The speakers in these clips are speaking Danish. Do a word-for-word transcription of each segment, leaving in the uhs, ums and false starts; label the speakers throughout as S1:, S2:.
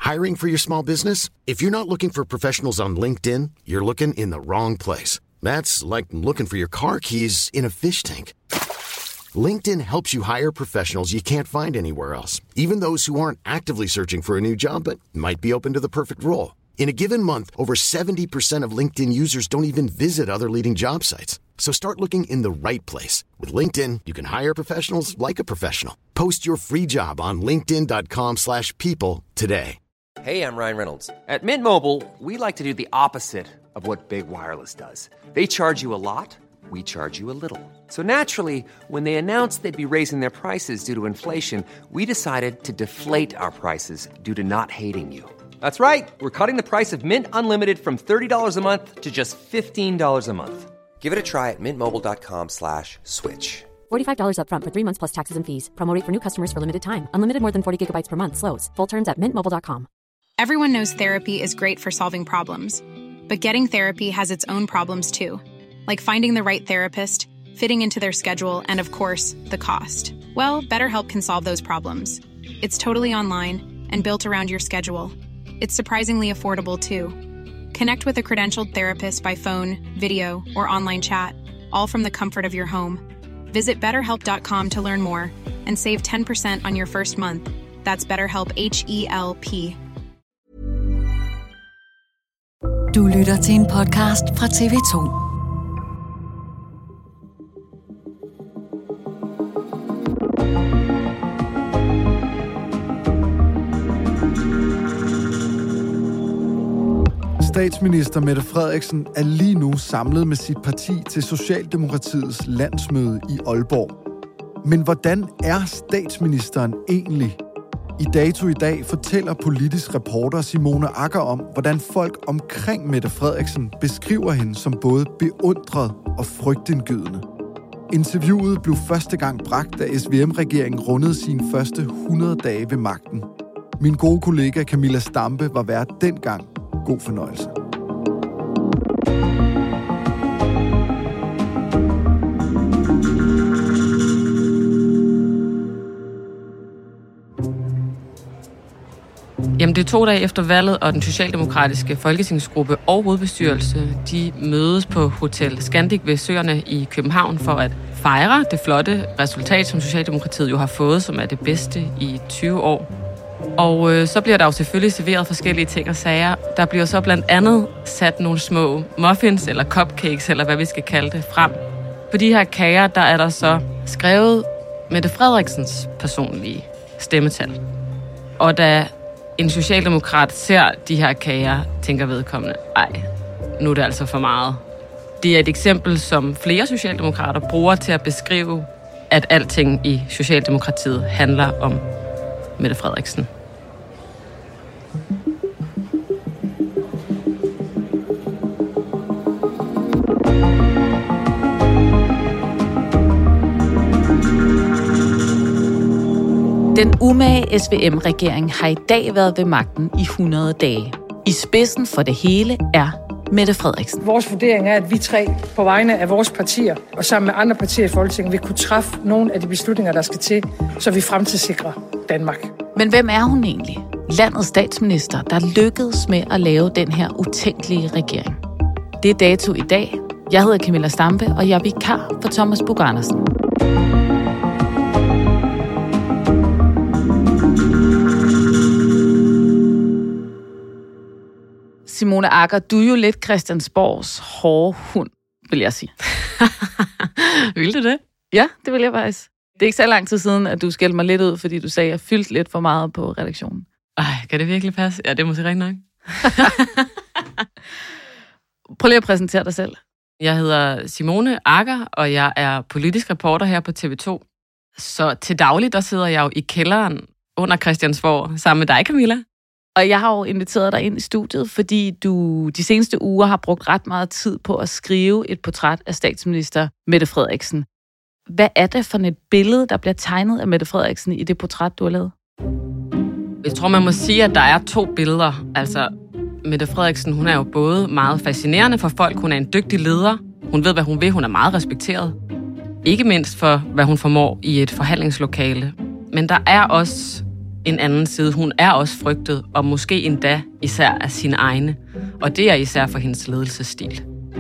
S1: Hiring for your small business? If you're not looking for professionals on LinkedIn, you're looking in the wrong place. That's like looking for your car keys in a fish tank. LinkedIn helps you hire professionals you can't find anywhere else, even those who aren't actively searching for a new job but might be open to the perfect role. In a given month, over seventy percent of LinkedIn users don't even visit other leading job sites. So start looking in the right place. With LinkedIn, you can hire professionals like a professional. Post your free job on linkedin dot com slash people today.
S2: Hey, I'm Ryan Reynolds. At Mint Mobile, we like to do the opposite of what Big Wireless does. They charge you a lot, we charge you a little. So naturally, when they announced they'd be raising their prices due to inflation, we decided to deflate our prices due to not hating you. That's right. We're cutting the price of Mint Unlimited from thirty dollars a month to just fifteen dollars a month. Give it a try at mintmobile.com slash switch.
S3: forty-five dollars up front for three months plus taxes and fees. Promo rate for new customers for limited time. Unlimited more than forty gigabytes per month slows. Full terms at mint mobile dot com.
S4: Everyone knows therapy is great for solving problems. But getting therapy has its own problems too. Like finding the right therapist, fitting into their schedule, and of course, the cost. Well, BetterHelp can solve those problems. It's totally online and built around your schedule. It's surprisingly affordable, too. Connect with a credentialed therapist by phone, video, or online chat, all from the comfort of your home. Visit better help dot com to learn more and save ten percent on your first month. That's BetterHelp, H E L P.
S5: Du lytter til en podcast fra T V to.
S6: Statsminister Mette Frederiksen er lige nu samlet med sit parti til Socialdemokratiets landsmøde i Aalborg. Men hvordan er statsministeren egentlig? I Dato i dag fortæller politisk reporter Simone Agger om, hvordan folk omkring Mette Frederiksen beskriver hende som både beundret og frygtindgydende. Interviewet blev første gang bragt, da S V M-regeringen rundede sine første hundrede dage ved magten. Min gode kollega Camilla Stampe var vært dengang. God fornøjelse.
S7: Jamen, det er to dage efter valget, og den socialdemokratiske folketingsgruppe og hovedbestyrelse, de mødes på Hotel Scandic ved Søerne i København for at fejre det flotte resultat, som Socialdemokratiet jo har fået, som er det bedste i tyve år. Og øh, så bliver der jo selvfølgelig serveret forskellige ting og sager. Der bliver så blandt andet sat nogle små muffins eller cupcakes, eller hvad vi skal kalde det, frem. På de her kager, der er der så skrevet Mette Frederiksens personlige stemmetal. Og da en socialdemokrat ser de her kager, tænker vedkommende, ej, nu er det altså for meget. Det er et eksempel, som flere socialdemokrater bruger til at beskrive, at alting i Socialdemokratiet handler om Mette Frederiksen.
S5: Den umage S V M-regering har i dag været ved magten i hundrede dage. I spidsen for det hele er Mette Frederiksen.
S8: Vores vurdering er, at vi tre på vegne af vores partier og sammen med andre partier i Folketinget vil kunne træffe nogle af de beslutninger, der skal til, så vi fremtidssikrer Danmark.
S5: Men hvem er hun egentlig? Landets statsminister, der lykkedes med at lave den her utænkelige regering. Det er Dato i dag. Jeg hedder Camilla Stampe, og jeg er vikar for Thomas Bugh Andersen. Simone Agger, du er jo lidt Christiansborgs hårde hund, vil jeg sige.
S7: Vil du det?
S5: Ja, det vil jeg faktisk. Det er ikke så lang tid siden, at du skældte mig lidt ud, fordi du sagde, at jeg fyldte lidt for meget på redaktionen.
S7: Ej, kan det virkelig passe? Ja, det er måske rigtig nok.
S5: Prøv lige at præsentere dig selv.
S7: Jeg hedder Simone Agger, og jeg er politisk reporter her på T V to. Så til daglig, der sidder jeg jo i kælderen under Christiansborg sammen med dig, Camilla.
S5: Og jeg har jo inviteret dig ind i studiet, fordi du de seneste uger har brugt ret meget tid på at skrive et portræt af statsminister Mette Frederiksen. Hvad er det for et billede, der bliver tegnet af Mette Frederiksen i det portræt, du har lavet?
S7: Jeg tror, man må sige, at der er to billeder. Altså, Mette Frederiksen, hun er jo både meget fascinerende for folk. Hun er en dygtig leder. Hun ved, hvad hun vil. Hun er meget respekteret. Ikke mindst for, hvad hun formår i et forhandlingslokale. Men der er også en anden side. Hun er også frygtet, og måske endda især af sine egne. Og det er især for hendes ledelsesstil.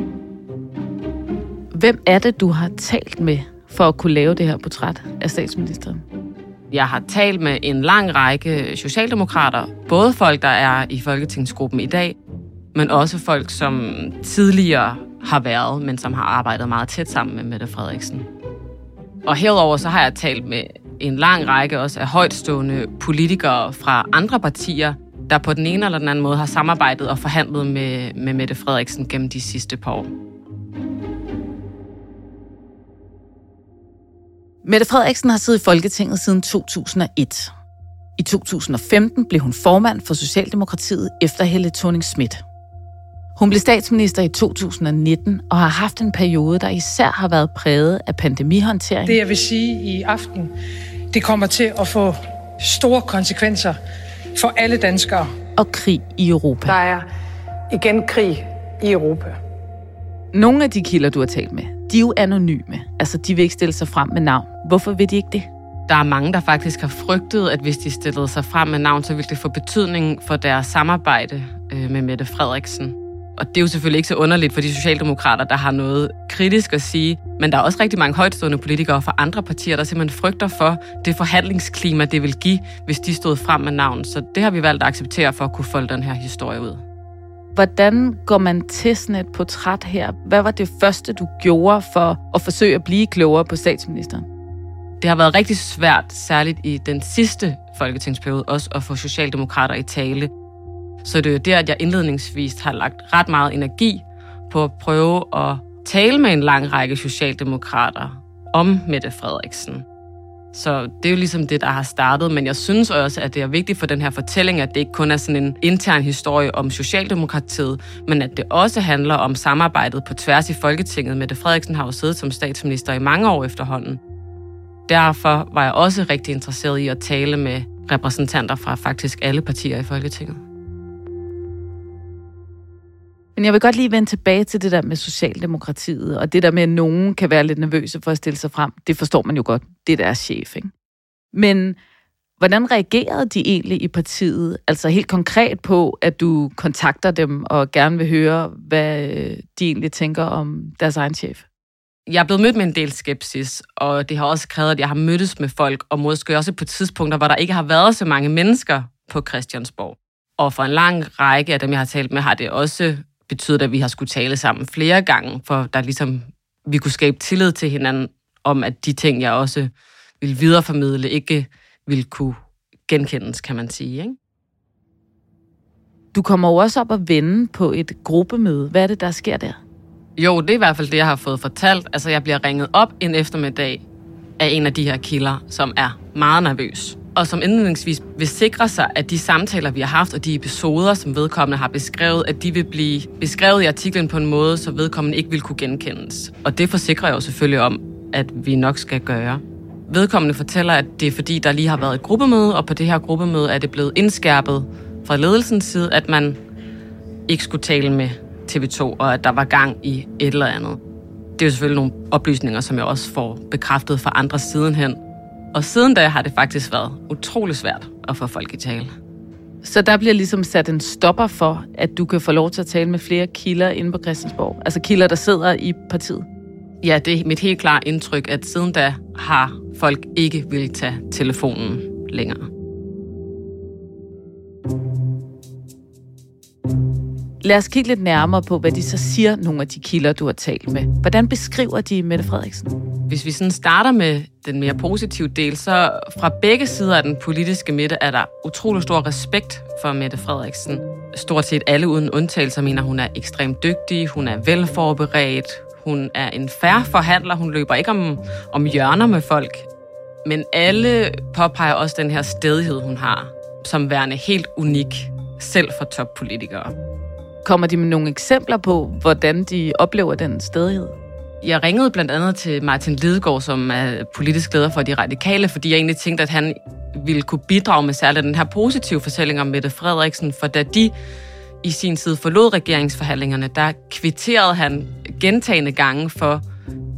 S5: Hvem er det, du har talt med for at kunne lave det her portræt af statsministeren?
S7: Jeg har talt med en lang række socialdemokrater, både folk, der er i folketingsgruppen i dag, men også folk, som tidligere har været, men som har arbejdet meget tæt sammen med Mette Frederiksen. Og herudover så har jeg talt med en lang række også af højtstående politikere fra andre partier, der på den ene eller den anden måde har samarbejdet og forhandlet med, med Mette Frederiksen gennem de sidste par år.
S5: Mette Frederiksen har siddet i Folketinget siden to tusind og et. I to tusind og femten blev hun formand for Socialdemokratiet efter Helle Thorning-Schmidt. Hun blev statsminister i to tusind og nitten og har haft en periode, der især har været præget af pandemihåndtering.
S8: Det jeg vil sige i aften, det kommer til at få store konsekvenser for alle danskere.
S5: Og krig i Europa.
S8: Der er igen krig i Europa.
S5: Nogle af de kilder, du har talt med, de er jo anonyme. Altså, de vil ikke stille sig frem med navn. Hvorfor vil de ikke det?
S7: Der er mange, der faktisk har frygtet, at hvis de stillede sig frem med navn, så ville det få betydning for deres samarbejde med Mette Frederiksen. Og det er jo selvfølgelig ikke så underligt for de socialdemokrater, der har noget kritisk at sige. Men der er også rigtig mange højtstående politikere fra andre partier, der simpelthen frygter for det forhandlingsklima, det vil give, hvis de stod frem med navn. Så det har vi valgt at acceptere for at kunne folde den her historie ud.
S5: Hvordan går man til sådan et portræt her? Hvad var det første, du gjorde for at forsøge at blive klogere på statsministeren?
S7: Det har været rigtig svært, særligt i den sidste folketingsperiode, også at få socialdemokrater i tale. Så det er jo der, at jeg indledningsvis har lagt ret meget energi på at prøve at tale med en lang række socialdemokrater om Mette Frederiksen. Så det er jo ligesom det, der har startet, men jeg synes også, at det er vigtigt for den her fortælling, at det ikke kun er sådan en intern historie om Socialdemokratiet, men at det også handler om samarbejdet på tværs i Folketinget. Mette Frederiksen har jo siddet som statsminister i mange år efterhånden. Derfor var jeg også rigtig interesseret i at tale med repræsentanter fra faktisk alle partier i Folketinget.
S5: Men jeg vil godt lige vende tilbage til det der med Socialdemokratiet, og det der med, at nogen kan være lidt nervøse for at stille sig frem. Det forstår man jo godt. Det er deres chef, ikke? Men hvordan reagerede de egentlig i partiet? Altså helt konkret på, at du kontakter dem og gerne vil høre, hvad de egentlig tænker om deres egen chef?
S7: Jeg er blevet mødt med en del skepsis, og det har også krævet, at jeg har mødtes med folk, og måske også på tidspunkter, hvor der ikke har været så mange mennesker på Christiansborg. Og for en lang række af dem, jeg har talt med, har det også betydet, at vi har skulle tale sammen flere gange, for der ligesom, vi kunne skabe tillid til hinanden om, at de ting, jeg også ville videreformidle, ikke ville kunne genkendes, kan man sige, ikke?
S5: Du kommer jo også op og vende på et gruppemøde. Hvad er det, der sker der?
S7: Jo, det er i hvert fald det, jeg har fået fortalt. Altså, jeg bliver ringet op en eftermiddag af en af de her kilder, som er meget nervøs, og som indledningsvis vil sikre sig, at de samtaler, vi har haft, og de episoder, som vedkommende har beskrevet, at de vil blive beskrevet i artiklen på en måde, så vedkommende ikke vil kunne genkendes. Og det forsikrer jeg jo selvfølgelig om, at vi nok skal gøre. Vedkommende fortæller, at det er fordi, der lige har været et gruppemøde, og på det her gruppemøde er det blevet indskærpet fra ledelsens side, at man ikke skulle tale med T V to, og at der var gang i et eller andet. Det er jo selvfølgelig nogle oplysninger, som jeg også får bekræftet fra andre siden hen. Og siden da har det faktisk været utrolig svært at få folk i tale.
S5: Så der bliver ligesom sat en stopper for, at du kan få lov til at tale med flere kilder inde på Christiansborg? Altså kilder, der sidder i partiet?
S7: Ja, det er mit helt klare indtryk, at siden da har folk ikke ville tage telefonen længere.
S5: Lad os kigge lidt nærmere på, hvad de så siger, nogle af de kilder, du har talt med. Hvordan beskriver de Mette Frederiksen?
S7: Hvis vi sådan starter med den mere positive del, så fra begge sider af den politiske midte er der utrolig stor respekt for Mette Frederiksen. Stort set alle uden undtagelser mener, hun er ekstremt dygtig, hun er velforberedt, hun er en fair forhandler, hun løber ikke om, om hjørner med folk. Men alle påpeger også den her stædighed, hun har, som værende helt unik, selv for toppolitikere.
S5: Kommer de med nogle eksempler på, hvordan de oplever den stædighed?
S7: Jeg ringede blandt andet til Martin Lidegaard, som er politisk leder for De Radikale, fordi jeg egentlig tænkte, at han ville kunne bidrage med særligt den her positive fortælling om Mette Frederiksen, for da de i sin tid forlod regeringsforhandlingerne, der kvitterede han gentagne gange for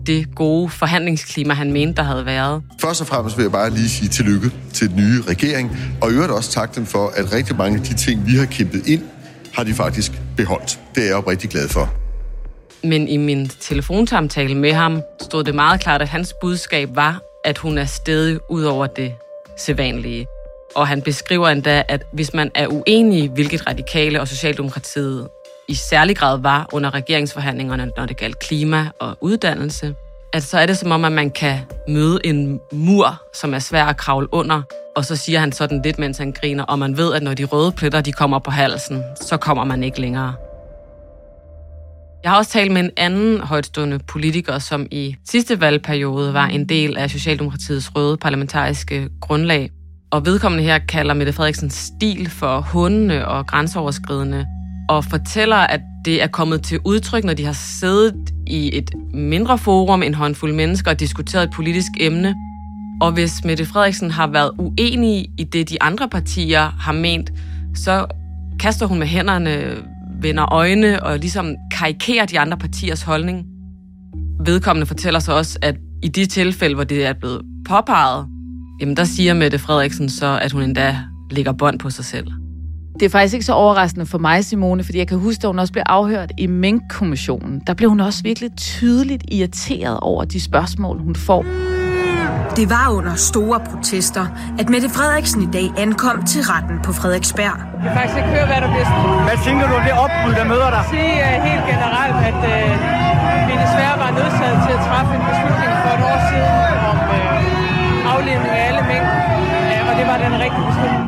S7: det gode forhandlingsklima, han mente, der havde været.
S9: Først og fremmest vil jeg bare lige sige tillykke til den nye regering, og i øvrigt også takke dem for, at rigtig mange af de ting, vi har kæmpet ind, har de faktisk beholdt. Det er jeg oprigtig glad for.
S7: Men i min telefonsamtale med ham stod det meget klart, at hans budskab var, at hun er stedig ud over det sædvanlige. Og han beskriver endda, at hvis man er uenig, hvilket Radikale og Socialdemokratiet i særlig grad var under regeringsforhandlingerne, når det galt klima og uddannelse, at så er det som om, at man kan møde en mur, som er svær at kravle under, og så siger han sådan lidt, mens han griner, og man ved, at når de røde pletter, de kommer på halsen, så kommer man ikke længere. Jeg har også talt med en anden højtstående politiker, som i sidste valgperiode var en del af Socialdemokratiets røde parlamentariske grundlag, og vedkommende her kalder Mette Frederiksens stil for hundende og grænseoverskridende, og fortæller, at det er kommet til udtryk, når de har siddet i et mindre forum, en håndfuld mennesker, og diskuteret et politisk emne. Og hvis Mette Frederiksen har været uenig i det, de andre partier har ment, så kaster hun med hænderne, vender øjne og ligesom karikerer de andre partiers holdning. Vedkommende fortæller så også, at i de tilfælde, hvor det er blevet påpeget, jamen der siger Mette Frederiksen så, at hun endda lægger bånd på sig selv.
S5: Det er faktisk ikke så overraskende for mig, Simone, fordi jeg kan huske, at hun også blev afhørt i Mink-kommissionen. Der blev hun også virkelig tydeligt irriteret over de spørgsmål, hun får.
S10: Det var under store protester, at Mette Frederiksen i dag ankom til retten på Frederiksberg.
S8: Jeg kan faktisk ikke høre, hvad der bliver sagt.
S11: Hvad tænker du om det opbrud, der møder dig?
S8: Sige uh, helt generelt, at uh, vi desværre var nødsaget til at træffe en beslutning for et år siden om uh, aflivning af alle mink, ja, og det var den rigtige beslutning.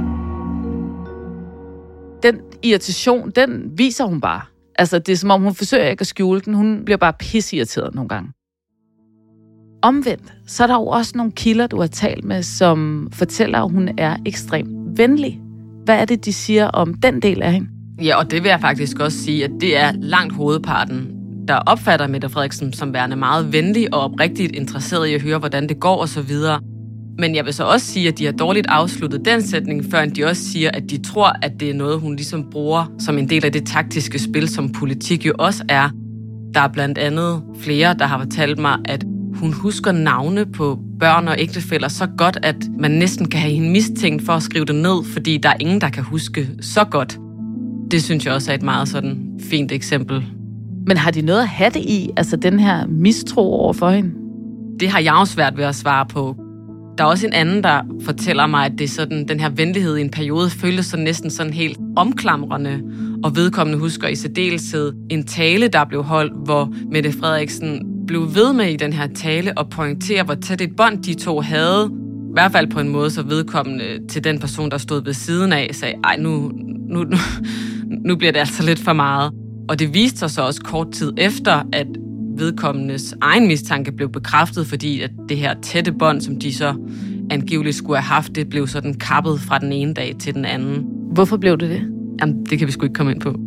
S5: Den irritation, den viser hun bare. Altså, det er som om, hun forsøger ikke at skjule den. Hun bliver bare pisseirriteret nogle gange. Omvendt, så er der jo også nogle kilder, du har talt med, som fortæller, at hun er ekstremt venlig. Hvad er det, de siger om den del af hende?
S7: Ja, og det vil jeg faktisk også sige, at det er langt hovedparten, der opfatter Mette Frederiksen som værende meget venlig og oprigtigt interesseret i at høre, hvordan det går osv. Men jeg vil så også sige, at de har dårligt afsluttet den sætning, før de også siger, at de tror, at det er noget, hun ligesom bruger som en del af det taktiske spil, som politik jo også er. Der er blandt andet flere, der har fortalt mig, at hun husker navne på børn og ægtefæller så godt, at man næsten kan have hende mistænkt for at skrive det ned, fordi der er ingen, der kan huske så godt. Det synes jeg også er et meget sådan fint eksempel.
S5: Men har de noget at have det i, altså den her mistro over for hende?
S7: Det har jeg også svært ved at svare på. Der er også en anden, der fortæller mig, at det er sådan, den her venlighed i en periode føles så næsten sådan helt omklamrende, og vedkommende husker i særdeleshed en tale, der blev holdt, hvor Mette Frederiksen blev ved med i den her tale og pointere, hvor tæt et bånd de to havde. I hvert fald på en måde, så vedkommende til den person, der stod ved siden af, sagde, ej, nu, nu, nu, nu bliver det altså lidt for meget. Og det viste sig så også kort tid efter, at vedkommendes egen mistanke blev bekræftet, fordi at det her tætte bånd, som de så angiveligt skulle have haft, det blev sådan kappet fra den ene dag til den anden.
S5: Hvorfor blev det det?
S7: Jamen, det kan vi sgu ikke komme ind på.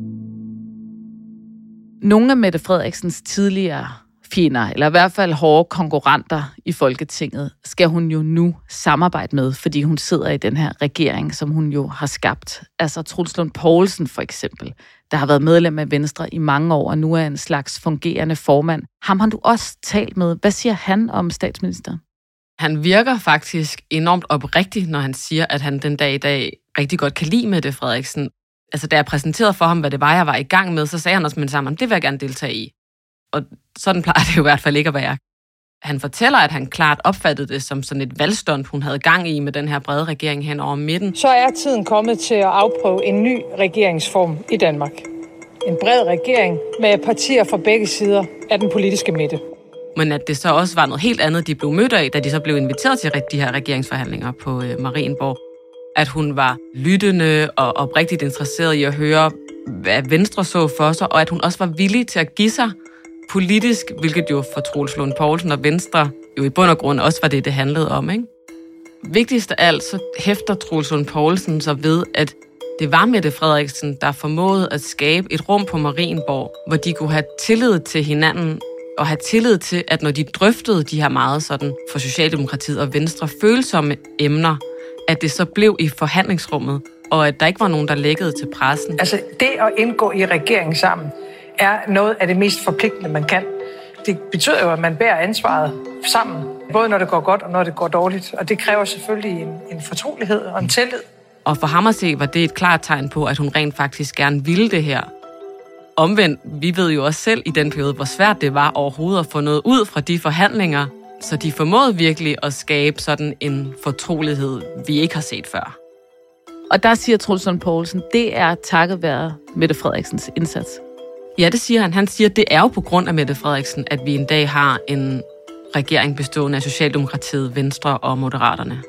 S5: Nogle af Mette Frederiksens tidligere fjender, eller i hvert fald hårde konkurrenter i Folketinget, skal hun jo nu samarbejde med, fordi hun sidder i den her regering, som hun jo har skabt. Altså Troels Lund Poulsen for eksempel, der har været medlem af Venstre i mange år, og nu er en slags fungerende formand. Ham har du også talt med. Hvad siger han om statsministeren?
S7: Han virker faktisk enormt oprigtig, når han siger, at han den dag i dag rigtig godt kan lide Mette Frederiksen. Altså, da jeg præsenterede for ham, hvad det var, jeg var i gang med, så sagde han også med det samme, det vil jeg gerne deltage i. Og sådan plejer det jo i hvert fald ikke at være. Han fortæller, at han klart opfattede det som sådan et valgstunt, hun havde gang i med den her brede regering hen over midten.
S8: Så er tiden kommet til at afprøve en ny regeringsform i Danmark. En bred regering med partier fra begge sider af den politiske midte.
S7: Men at det så også var noget helt andet, de blev mødt af, da de så blev inviteret til de her regeringsforhandlinger på Marienborg. At hun var lyttende og oprigtigt interesseret i at høre, hvad Venstre så for sig, og at hun også var villig til at give sig politisk, hvilket jo for Troels Lund Poulsen og Venstre jo i bund og grund også var det, det handlede om, ikke? Vigtigst af alt, så hæfter Troels Lund Poulsen så ved, at det var Mette Frederiksen, der formåede at skabe et rum på Marienborg, hvor de kunne have tillid til hinanden, og have tillid til, at når de drøftede de her meget sådan for Socialdemokratiet og Venstre følsomme emner, at det så blev i forhandlingsrummet, og at der ikke var nogen, der lækkede til pressen.
S8: Altså, det at indgå i regeringen sammen er noget af det mest forpligtende, man kan. Det betyder jo, at man bærer ansvaret sammen, både når det går godt og når det går dårligt. Og det kræver selvfølgelig en, en fortrolighed og en tillid.
S7: Og for ham at se, var det et klart tegn på, at hun rent faktisk gerne ville det her. Omvendt, vi ved jo også selv i den periode, hvor svært det var overhovedet at få noget ud fra de forhandlinger, så de formåede virkelig at skabe sådan en fortrolighed, vi ikke har set før.
S5: Og der siger Troels Lund Poulsen, det er takket være Mette Frederiksens indsats.
S7: Ja, det siger han. Han siger, at det er jo på grund af Mette Frederiksen, at vi en dag har en regering bestående af Socialdemokratiet, Venstre og Moderaterne.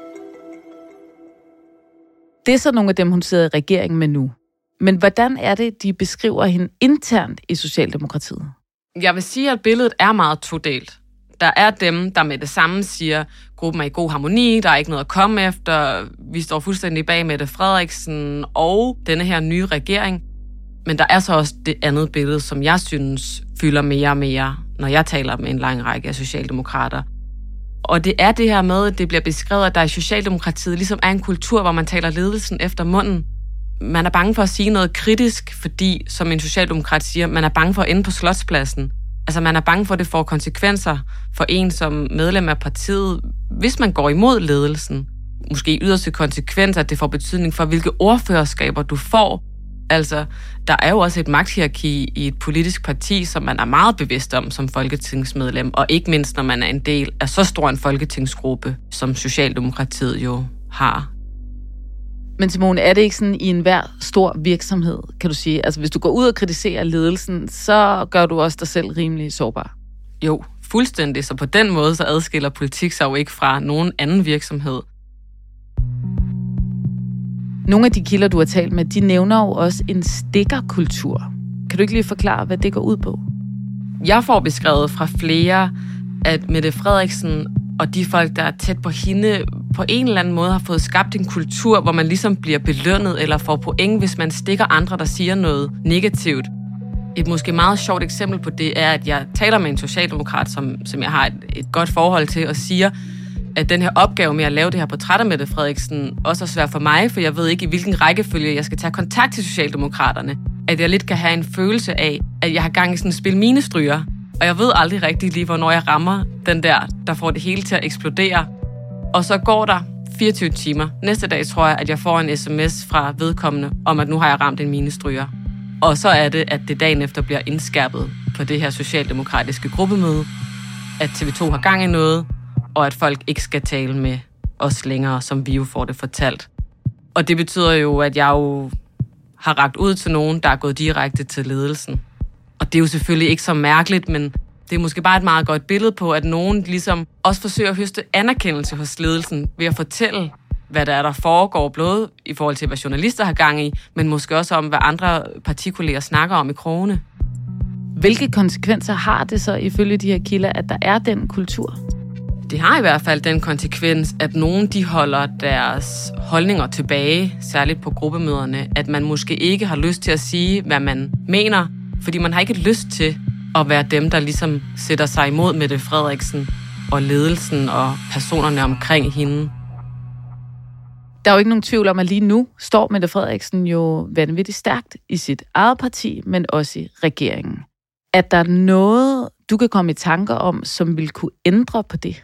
S5: Det er så nogle af dem, hun sidder i regeringen med nu. Men hvordan er det, de beskriver hende internt i Socialdemokratiet?
S7: Jeg vil sige, at billedet er meget todelt. Der er dem, der med det samme siger, gruppen er i god harmoni, der er ikke noget at komme efter, vi står fuldstændig bag Mette Frederiksen og denne her nye regering. Men der er så også det andet billede, som jeg synes fylder mere og mere, når jeg taler med en lang række af socialdemokrater. Og det er det her med, at det bliver beskrevet, at der i Socialdemokratiet ligesom er en kultur, hvor man taler ledelsen efter munden. Man er bange for at sige noget kritisk, fordi, som en socialdemokrat siger, man er bange for at ende på Slotspladsen. Altså, man er bange for, at det får konsekvenser for en som medlem af partiet, hvis man går imod ledelsen. Måske yderste konsekvenser, at det får betydning for, hvilke ordførerskaber du får. Altså, der er jo også et magthierarki i et politisk parti, som man er meget bevidst om som folketingsmedlem, og ikke mindst, når man er en del af så stor en folketingsgruppe, som Socialdemokratiet jo har.
S5: Men Simone, er det ikke sådan i enhver stor virksomhed, kan du sige? Altså, hvis du går ud og kritiserer ledelsen, så gør du også dig selv rimelig sårbar.
S7: Jo, fuldstændig. Så på den måde, så adskiller politik sig jo ikke fra nogen anden virksomhed.
S5: Nogle af de kilder, du har talt med, de nævner jo også en stikkerkultur. Kan du ikke lige forklare, hvad det går ud på?
S7: Jeg får beskrevet fra flere, at Mette Frederiksen og de folk, der er tæt på hende, på en eller anden måde har fået skabt en kultur, hvor man ligesom bliver belønnet eller får point, hvis man stikker andre, der siger noget negativt. Et måske meget sjovt eksempel på det er, at jeg taler med en socialdemokrat, som, som jeg har et, et godt forhold til, og siger, at den her opgave med at lave det her portræt af Mette Frederiksen også er svært for mig, for jeg ved ikke, i hvilken rækkefølge jeg skal tage kontakt til Socialdemokraterne. At jeg lidt kan have en følelse af, at jeg har gang i sådan et spil minestryger, og jeg ved aldrig rigtig lige, hvornår jeg rammer den der, der får det hele til at eksplodere. Og så går der fireogtyve timer. Næste dag tror jeg, at jeg får en sms fra vedkommende om, at nu har jeg ramt en minestryger. Og så er det, at det dagen efter bliver indskærpet på det her socialdemokratiske gruppemøde, at T V to har gang i noget, og at folk ikke skal tale med os længere, som vi jo får det fortalt. Og det betyder jo, at jeg jo har rakt ud til nogen, der er gået direkte til ledelsen. Og det er jo selvfølgelig ikke så mærkeligt, men det er måske bare et meget godt billede på, at nogen ligesom også forsøger at høste anerkendelse hos ledelsen ved at fortælle, hvad der er, der foregår, både i forhold til, hvad journalister har gang i, men måske også om, hvad andre partikolleger snakker om i krogene.
S5: Hvilke konsekvenser har det så ifølge de her kilder, at der er den kultur?
S7: Det har i hvert fald den konsekvens, at nogen de holder deres holdninger tilbage, særligt på gruppemøderne, at man måske ikke har lyst til at sige, hvad man mener, fordi man har ikke lyst til at være dem, der ligesom sætter sig imod Mette Frederiksen og ledelsen og personerne omkring hende.
S5: Der er jo ikke nogen tvivl om, at lige nu står Mette Frederiksen jo vanvittigt stærkt i sit eget parti, men også i regeringen. Er der noget, du kan komme i tanker om, som vil kunne ændre på det?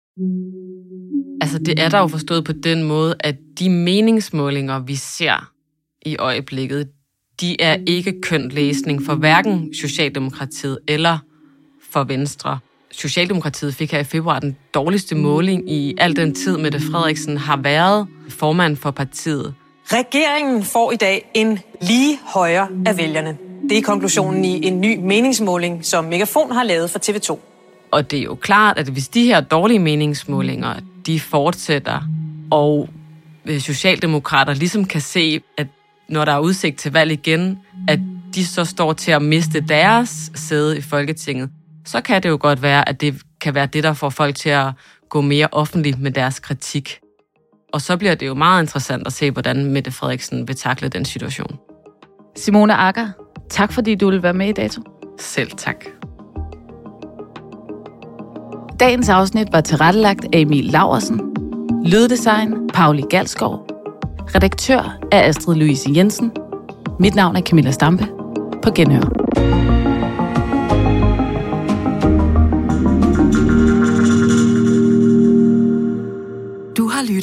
S7: Altså, det er der jo forstået på den måde, at de meningsmålinger, vi ser i øjeblikket, de er ikke køn læsning for hverken Socialdemokratiet eller for Venstre. Socialdemokratiet fik her i februar den dårligste måling i al den tid, Mette Frederiksen har været formand for partiet.
S12: Regeringen får i dag en lige højre af vælgerne. Det er konklusionen i en ny meningsmåling, som Megafon har lavet for T V to.
S7: Og det er jo klart, at hvis de her dårlige meningsmålinger, de fortsætter, og socialdemokrater ligesom kan se, at når der er udsigt til valg igen, at de så står til at miste deres sæde i Folketinget, så kan det jo godt være, at det kan være det, der får folk til at gå mere offentligt med deres kritik. Og så bliver det jo meget interessant at se, hvordan Mette Frederiksen vil takle den situation.
S5: Simone Agger, tak fordi du ville være med i Dato.
S7: Selv tak.
S5: Dagens afsnit var tilrettelagt af Emil Laursen. Lyddesign, Pauli Galskov. Redaktør er Astrid Louise Jensen. Mit navn er Camilla Stampe. På genhør.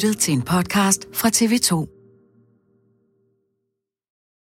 S13: lyttet til en podcast fra T V to.